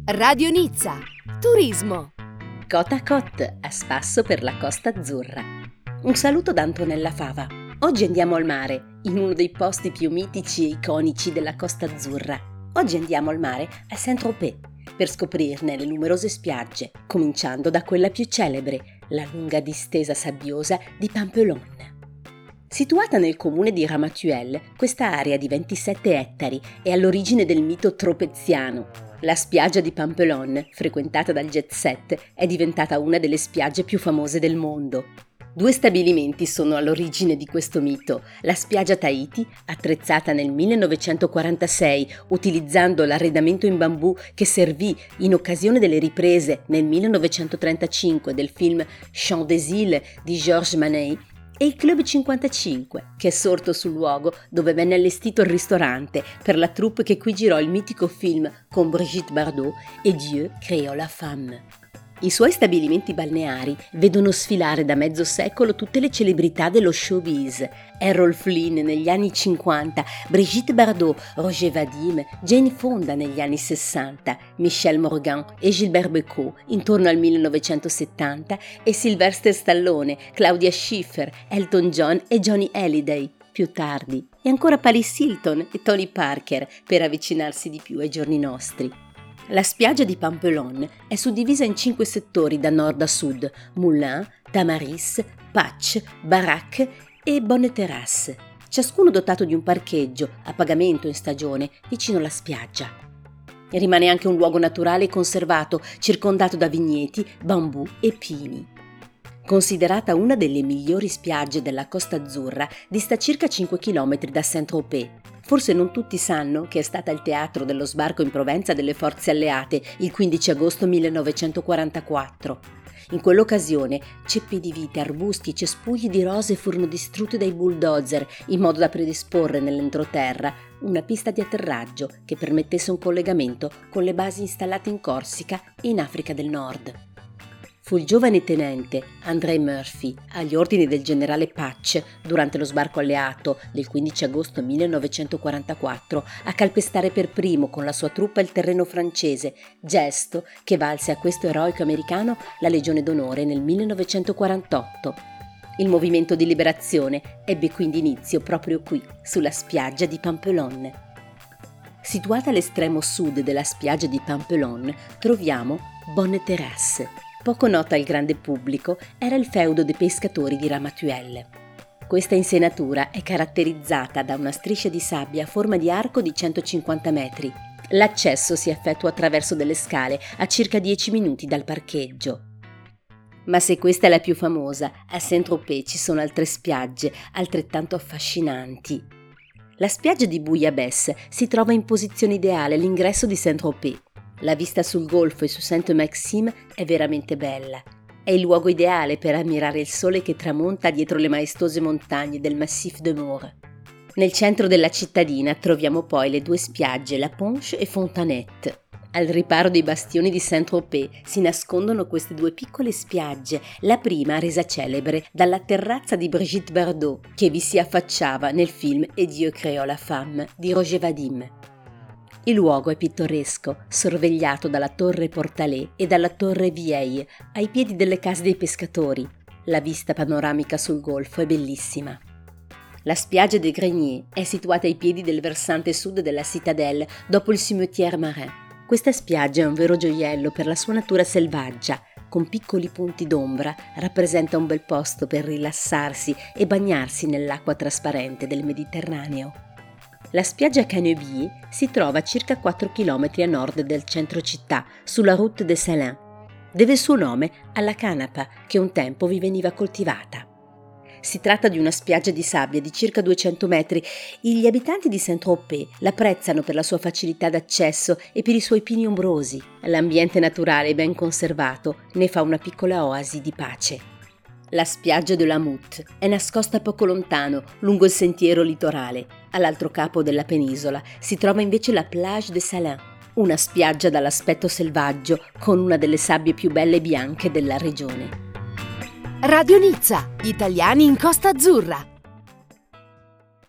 Radio Nizza, turismo. Côte à côte, a spasso per la Costa Azzurra. Un saluto da Antonella Fava. Oggi andiamo al mare, in uno dei posti più mitici e iconici della Costa Azzurra. Oggi andiamo al mare a Saint-Tropez, per scoprirne le numerose spiagge, cominciando da quella più celebre, la lunga distesa sabbiosa di Pampelonne. Situata nel comune di Ramatuelle, questa area di 27 ettari è all'origine del mito tropeziano. La spiaggia di Pampelonne, frequentata dal jet set, è diventata una delle spiagge più famose del mondo. Due stabilimenti sono all'origine di questo mito: la spiaggia Tahiti, attrezzata nel 1946 utilizzando l'arredamento in bambù che servì in occasione delle riprese nel 1935 del film Chant des Îles di Georges Manet, e il Club 55, che è sorto sul luogo dove venne allestito il ristorante per la troupe che qui girò il mitico film con Brigitte Bardot e Dieu créò la femme. I suoi stabilimenti balneari vedono sfilare da mezzo secolo tutte le celebrità dello showbiz: Errol Flynn negli anni 50, Brigitte Bardot, Roger Vadim, Jane Fonda negli anni 60, Michel Morgan e Gilbert Bécaud intorno al 1970 e Sylvester Stallone, Claudia Schiffer, Elton John e Johnny Hallyday più tardi, e ancora Paris Hilton e Tony Parker per avvicinarsi di più ai giorni nostri. La spiaggia di Pampelonne è suddivisa in 5 settori da nord a sud: Moulins, Tamaris, Patch, Baraque e Bonne Terrasse, ciascuno dotato di un parcheggio a pagamento in stagione vicino alla spiaggia. Rimane anche un luogo naturale conservato, circondato da vigneti, bambù e pini. Considerata una delle migliori spiagge della Costa Azzurra, dista circa 5 km da Saint-Tropez. Forse non tutti sanno che è stata il teatro dello sbarco in Provenza delle forze alleate il 15 agosto 1944. In quell'occasione ceppi di vite, arbusti e cespugli di rose furono distrutti dai bulldozer in modo da predisporre nell'entroterra una pista di atterraggio che permettesse un collegamento con le basi installate in Corsica e in Africa del Nord. Fu il giovane tenente André Murphy, agli ordini del generale Patch, durante lo sbarco alleato del 15 agosto 1944, a calpestare per primo con la sua truppa il terreno francese, gesto che valse a questo eroico americano la Legione d'Onore nel 1948. Il movimento di liberazione ebbe quindi inizio proprio qui, sulla spiaggia di Pampelonne. Situata all'estremo sud della spiaggia di Pampelonne troviamo Bonne Terrasse. Poco nota al grande pubblico, era il feudo dei pescatori di Ramatuelle. Questa insenatura è caratterizzata da una striscia di sabbia a forma di arco di 150 metri. L'accesso si effettua attraverso delle scale a circa 10 minuti dal parcheggio. Ma se questa è la più famosa, a Saint-Tropez ci sono altre spiagge altrettanto affascinanti. La spiaggia di Bouillabaisse si trova in posizione ideale all'ingresso di Saint-Tropez. La vista sul golfo e su Sainte-Maxime è veramente bella. È il luogo ideale per ammirare il sole che tramonta dietro le maestose montagne del Massif de Maure. Nel centro della cittadina troviamo poi le 2 spiagge, La Ponche e Fontanette. Al riparo dei bastioni di Saint-Tropez si nascondono queste 2 piccole spiagge, la prima resa celebre dalla terrazza di Brigitte Bardot, che vi si affacciava nel film Et Dieu créò la femme di Roger Vadim. Il luogo è pittoresco, sorvegliato dalla torre Portalet e dalla torre Vieille, ai piedi delle case dei pescatori. La vista panoramica sul golfo è bellissima. La spiaggia des Greniers è situata ai piedi del versante sud della Citadelle, dopo il cimetière marin. Questa spiaggia è un vero gioiello per la sua natura selvaggia. Con piccoli punti d'ombra rappresenta un bel posto per rilassarsi e bagnarsi nell'acqua trasparente del Mediterraneo. La spiaggia Canebier si trova a circa 4 km a nord del centro città, sulla Route des Salins. Deve il suo nome alla canapa che un tempo vi veniva coltivata. Si tratta di una spiaggia di sabbia di circa 200 metri e gli abitanti di Saint-Tropez l'apprezzano per la sua facilità d'accesso e per i suoi pini ombrosi. L'ambiente naturale ben conservato ne fa una piccola oasi di pace. La spiaggia de la Moute è nascosta poco lontano, lungo il sentiero litorale. All'altro capo della penisola si trova invece la Plage des Salins, una spiaggia dall'aspetto selvaggio con una delle sabbie più belle e bianche della regione. Radio Nizza, italiani in Costa Azzurra.